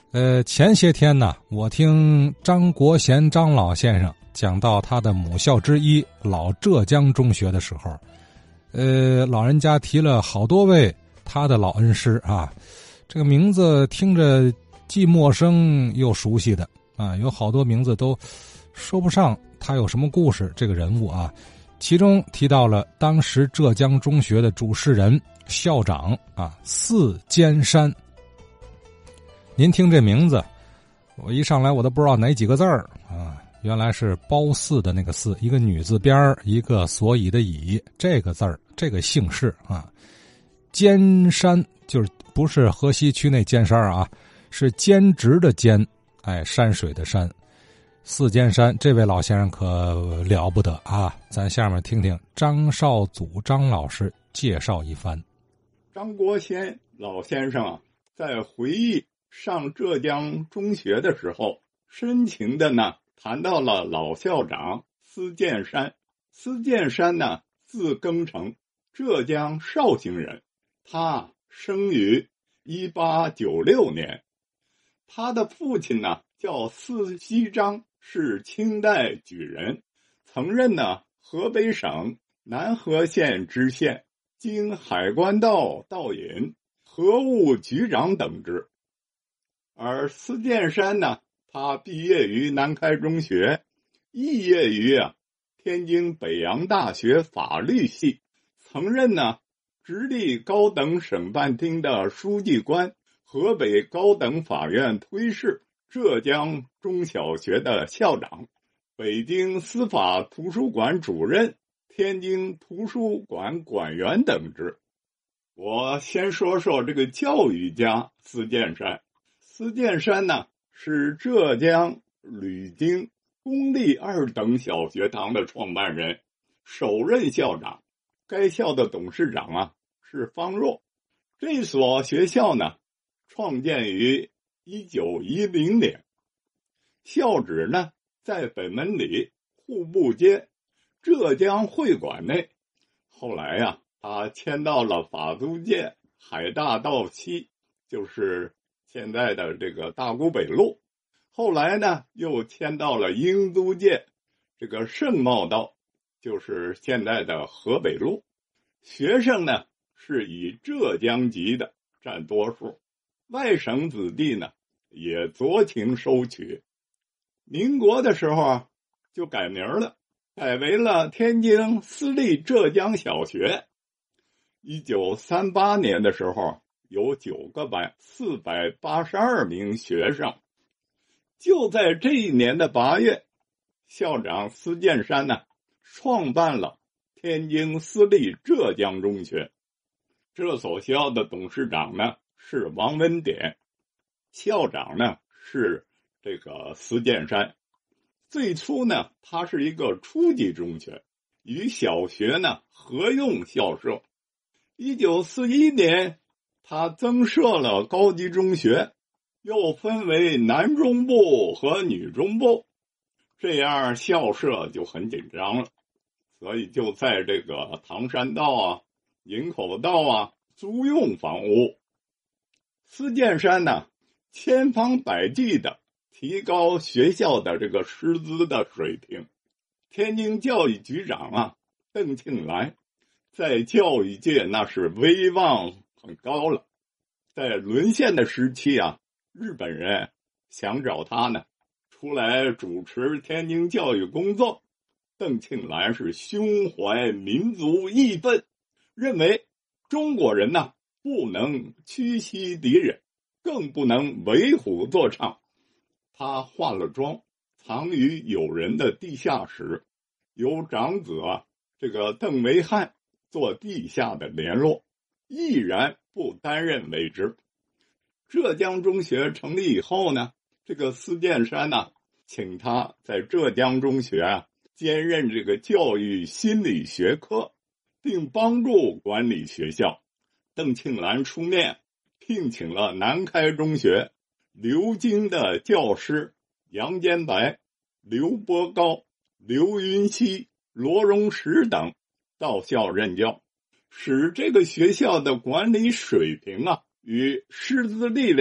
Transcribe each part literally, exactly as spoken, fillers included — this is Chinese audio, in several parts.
呃，前些天呢，我听张国贤张老先生讲到他的母校之一老浙江中学的时候，呃，老人家提了好多位他的老恩师啊，这个名字听着既陌生又熟悉的啊，有好多名字都说不上他有什么故事，这个人物啊，其中提到了当时浙江中学的主事人校长啊四尖山。您听这名字，我一上来我都不知道哪几个字儿啊，原来是褒姒的那个姒，一个女字边一个所以的以，这个字儿，这个姓氏啊。尖山就是不是河西区那尖山啊，是兼职的兼，哎，山水的山。四尖山这位老先生可了不得啊，咱下面听听张绍祖张老师介绍一番。 张国贤老先生啊，在回忆上浙江中学的时候，深情的呢谈到了老校长司剑山。司剑山呢，字庚成，浙江绍兴人，他生于一八九六年。他的父亲呢叫司锡章，是清代举人，曾任呢河北省南河县知县、经海关道道尹、河务局长等职。而司剑山呢，他毕业于南开中学，肄业于啊天津北洋大学法律系，曾任呢直隶高等审判厅的书记官，河北高等法院推事，浙江中小学的校长，北京司法图书馆主任，天津图书馆馆员等职。我先说说这个教育家司剑山。司剑山呢，是浙江吕京公立二等小学堂的创办人，首任校长。该校的董事长啊是方若。这所学校呢，创建于一九一零年，校址呢在北门里户部街浙江会馆内。后来呀、啊，他迁到了法租界海大道西，就是现在的这个大沽北路。后来呢，又迁到了英租界这个盛茂道，就是现在的河北路。学生呢是以浙江籍的占多数，外省子弟呢也酌情收取。民国的时候啊，就改名了，改为了天津私立浙江小学。一九三八年的时候，有九个班，四百八十二名学生。就在这一年的八月，校长司剑山呢创办了天津私立浙江中学。这所学校的董事长呢是王文典，校长呢是这个司剑山。最初呢，它是一个初级中学，与小学呢合用校舍。一九四一年，他增设了高级中学，又分为男中部和女中部，这样校舍就很紧张了，所以就在这个唐山道啊、营口道啊租用房屋。司剑山呢，千方百计的提高学校的这个师资的水平。天津教育局长啊，邓庆来在教育界那是威望很高了。在沦陷的时期啊，日本人想找他呢出来主持天津教育工作。邓庆来是胸怀民族义愤，认为中国人呢不能屈膝敌人，更不能为虎作伥。他化了妆，藏于友人的地下室，由长子啊这个邓维汉做地下的联络，毅然不担任为之。浙江中学成立以后呢，这个司剑山呢请他在浙江中学啊兼任这个教育心理学科，并帮助管理学校。邓庆兰出面聘请了南开中学留京的教师杨坚白、刘伯高、刘云熙、罗荣石等到校任教，使这个学校的管理水平啊与师资力量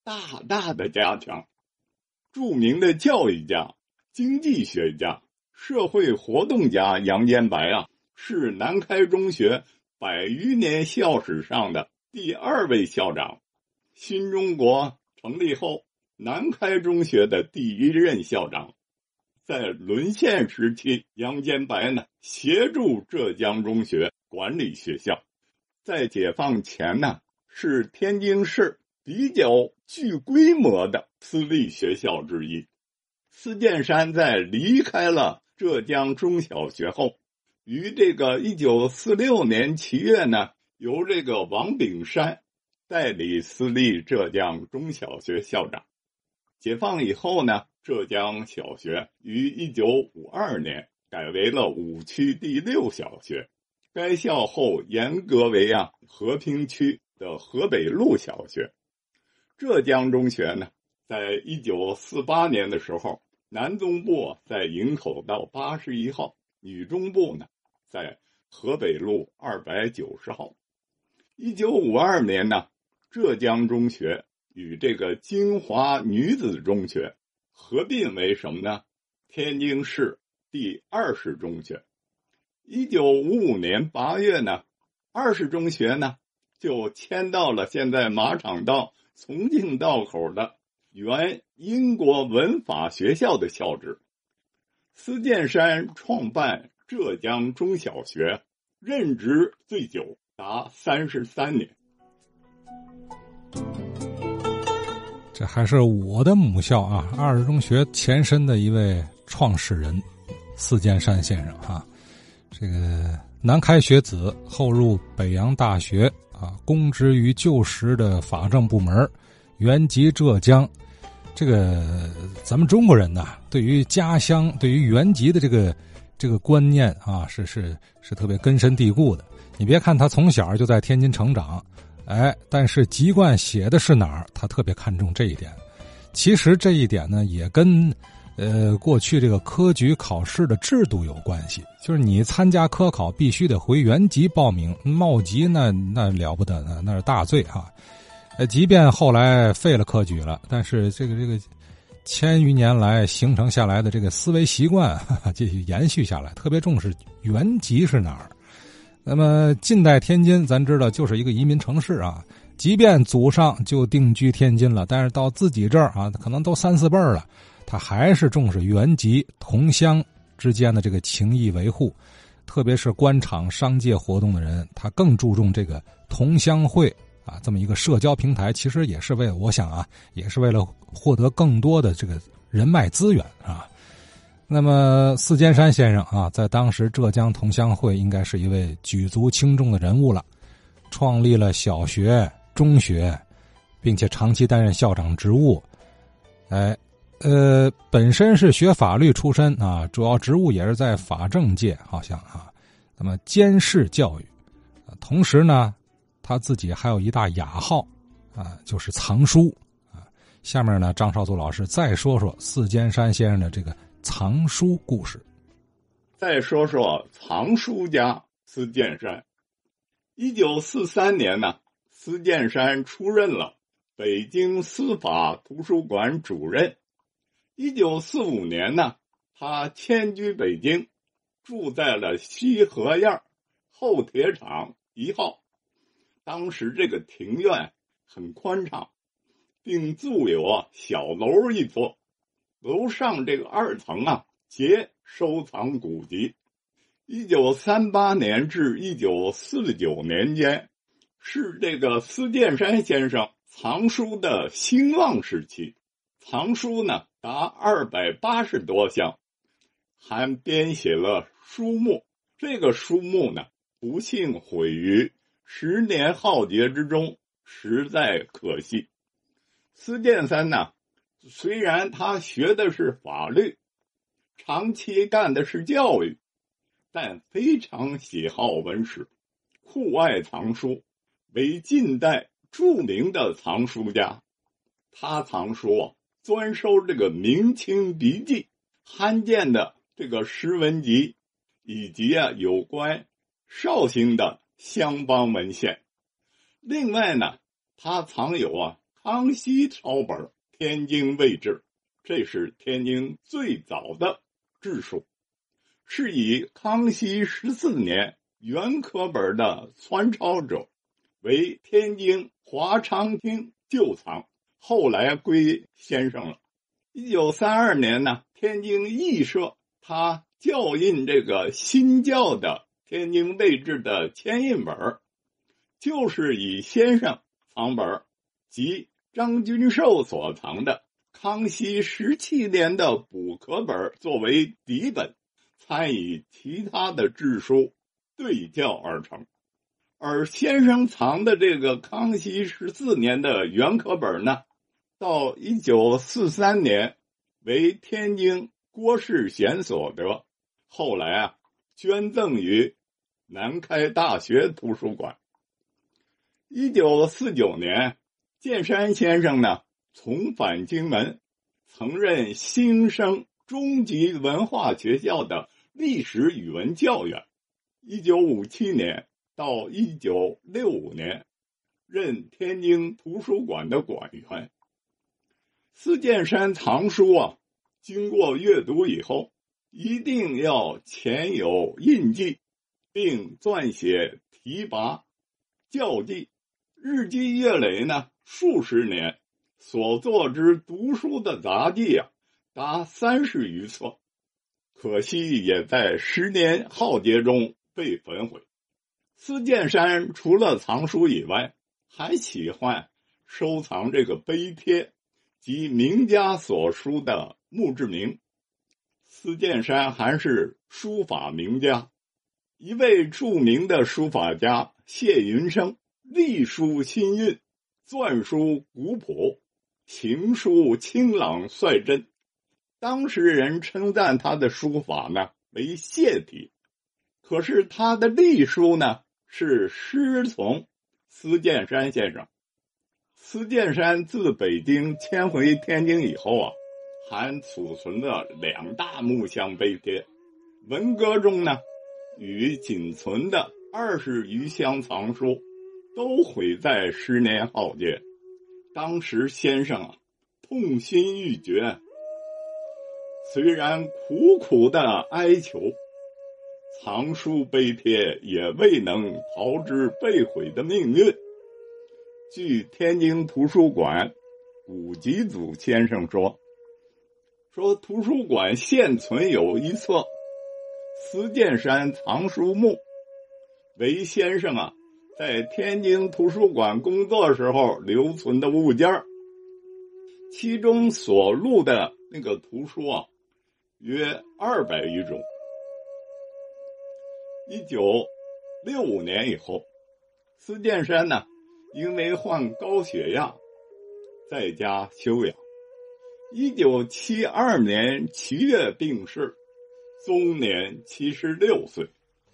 大大的加强。著名的教育家、经济学家、社会活动家杨坚白啊，是南开中学百余年校史上的第二位校长。新中国成立后，南开中学的第一任校长。在沦陷时期，杨坚白呢协助浙江中学管理学校。在解放前呢，是天津市比较具规模的私立学校之一。司剑山在离开了浙江中小学后，于这个一九四六年七月呢，由这个王炳山代理私立浙江中小学校长。解放以后呢，浙江小学于一九五二年改为了五区第六小学。该校后严格为啊和平区的河北路小学。浙江中学呢，在一九四八年的时候，男中部在营口道八十一号，女中部呢在河北路二百九十号。一九五二年呢，浙江中学与这个金华女子中学合并为什么呢？天津市第二十中学。一九五五年八月呢，二十中学呢就迁到了现在马场道重庆道口的原英国文法学校的校址。司剑山创办浙江中小学，任职最久达三十三年。 这还是我的母校啊，二十中学前身的一位创始人司剑山先生啊。这个南开学子，后入北洋大学啊，公职于旧时的法政部门，原籍浙江。这个咱们中国人呢，对于家乡、对于原籍的这个这个观念啊，是是是特别根深蒂固的。你别看他从小就在天津成长，哎，但是籍贯写的是哪儿，他特别看重这一点。其实这一点呢，也跟呃，过去这个科举考试的制度有关系，就是你参加科考必须得回原籍报名，冒籍那那了不得，那那是大罪哈。呃，即便后来废了科举了，但是这个这个千余年来形成下来的这个思维习惯继续延续下来，特别重视原籍是哪儿。那么近代天津咱知道就是一个移民城市啊，即便祖上就定居天津了，但是到自己这儿啊，可能都三四辈儿了，他还是重视原籍同乡之间的这个情谊维护，特别是官场商界活动的人，他更注重这个同乡会啊，这么一个社交平台，其实也是为了，我想啊，也是为了获得更多的这个人脉资源啊。那么司剑山先生啊，在当时浙江同乡会应该是一位举足轻重的人物了，创立了小学、中学，并且长期担任校长职务。哎，呃，本身是学法律出身啊，主要职务也是在法政界，好像啊。那么监视教育，啊，同时呢，他自己还有一大雅号啊，就是藏书啊。下面呢，张绍祖老师再说说司剑山先生的这个藏书故事。 再说说藏书家司剑山。一九四三年呢，司剑山出任了北京司法图书馆主任。一九四五年呢，他迁居北京，住在了西河沿后铁厂一号。当时这个庭院很宽敞，并筑有啊小楼一座，楼上这个二层啊皆收藏古籍。一九三八年至一九四九年间，是这个司剑山先生藏书的兴旺时期，藏书呢达二百八十多项，还编写了书目。这个书目呢，不幸毁于十年浩劫之中，实在可惜。司剑山呢，虽然他学的是法律，长期干的是教育，但非常喜好文史，酷爱藏书，为近代著名的藏书家。他藏书啊，专收这个明清笔记、罕见的这个诗文集，以及啊有关绍兴的乡邦文献。另外呢，他藏有啊康熙抄本《天经位志》，这是天津最早的志书，是以康熙十四年原刻本的传抄者，为天津华昌厅旧藏，后来归先生了。一九三二年呢，天津译社他校印这个新校的《天经位志》的签印本，就是以先生藏本及张君寿所藏的康熙十七年的补刻本作为底本，参与其他的志书对校而成。而先生藏的这个康熙十四年的原刻本呢，到一九四三年为天津郭世贤所得，后来啊捐赠于南开大学图书馆。一九四九年，建山先生呢重返荆门，曾任新生中级文化学校的历史语文教员。一九五七年到一九六五年，任天津图书馆的馆员。司剑山藏书啊，经过阅读以后，一定要前有印记，并撰写题跋、校记，日积月累呢，数十年所作之读书的杂记啊，达三十余册，可惜也在十年浩劫中被焚毁。司剑山除了藏书以外，还喜欢收藏这个碑帖及名家所书的墓志铭。司剑山还是书法名家，一位著名的书法家谢云生，隶书新韵，篆书古朴，行书清朗率真。当时人称赞他的书法呢为谢体，可是他的隶书呢是师从司剑山先生。司剑山自北京迁回天津以后啊，还储存了两大木箱碑帖，文革中呢与仅存的二十余箱藏书都毁在十年浩劫。当时先生啊痛心欲绝，虽然苦苦的哀求，藏书碑帖也未能逃之被毁的命运。据天津图书馆古籍组先生说，说图书馆现存有一册司剑山藏书目，为先生啊在天津图书馆工作时候留存的物件，其中所录的那个图书啊约二百余种。一九六五年以后，司剑山呢因为患高血压在家休养。一九七二年七月病逝，终年七十六岁。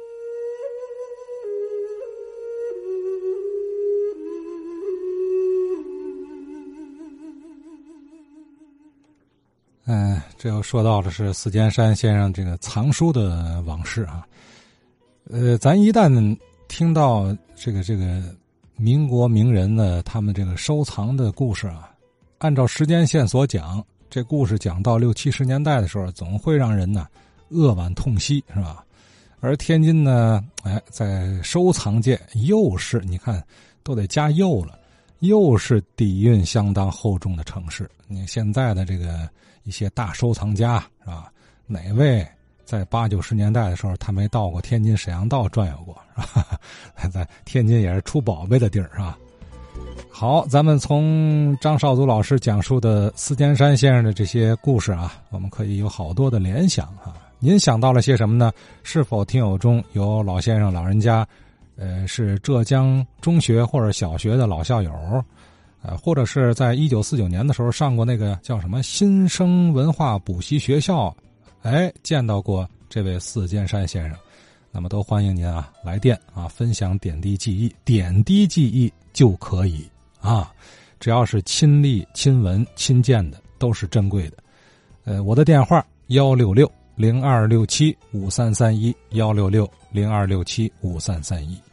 嗯，这又说到的是司剑山先生这个藏书的往事啊。呃，咱一旦听到这个这个民国名人呢，他们这个收藏的故事啊，按照时间线索讲，这故事讲到六七十年代的时候，总会让人呢扼腕痛惜，是吧？而天津呢，哎，在收藏界又是你看都得加又了，又是底蕴相当厚重的城市。你现在的这个一些大收藏家是吧？哪位在八九十年代的时候，他没到过天津沈阳道转悠过，是吧？在天津也是出宝贝的地儿，是吧？好，咱们从张绍祖老师讲述的司剑山先生的这些故事啊，我们可以有好多的联想啊。您想到了些什么呢？是否听友中有老先生老人家，呃，是浙江中学或者小学的老校友，呃，或者是在一九四九年的时候上过那个叫什么新生文化补习学校，哎，见到过这位司剑山先生，那么都欢迎您啊来电啊，分享点滴记忆，点滴记忆就可以啊，只要是亲历、亲闻、亲见的都是珍贵的。呃，我的电话幺六六零二六七五三三一幺六六零二六七五三三一。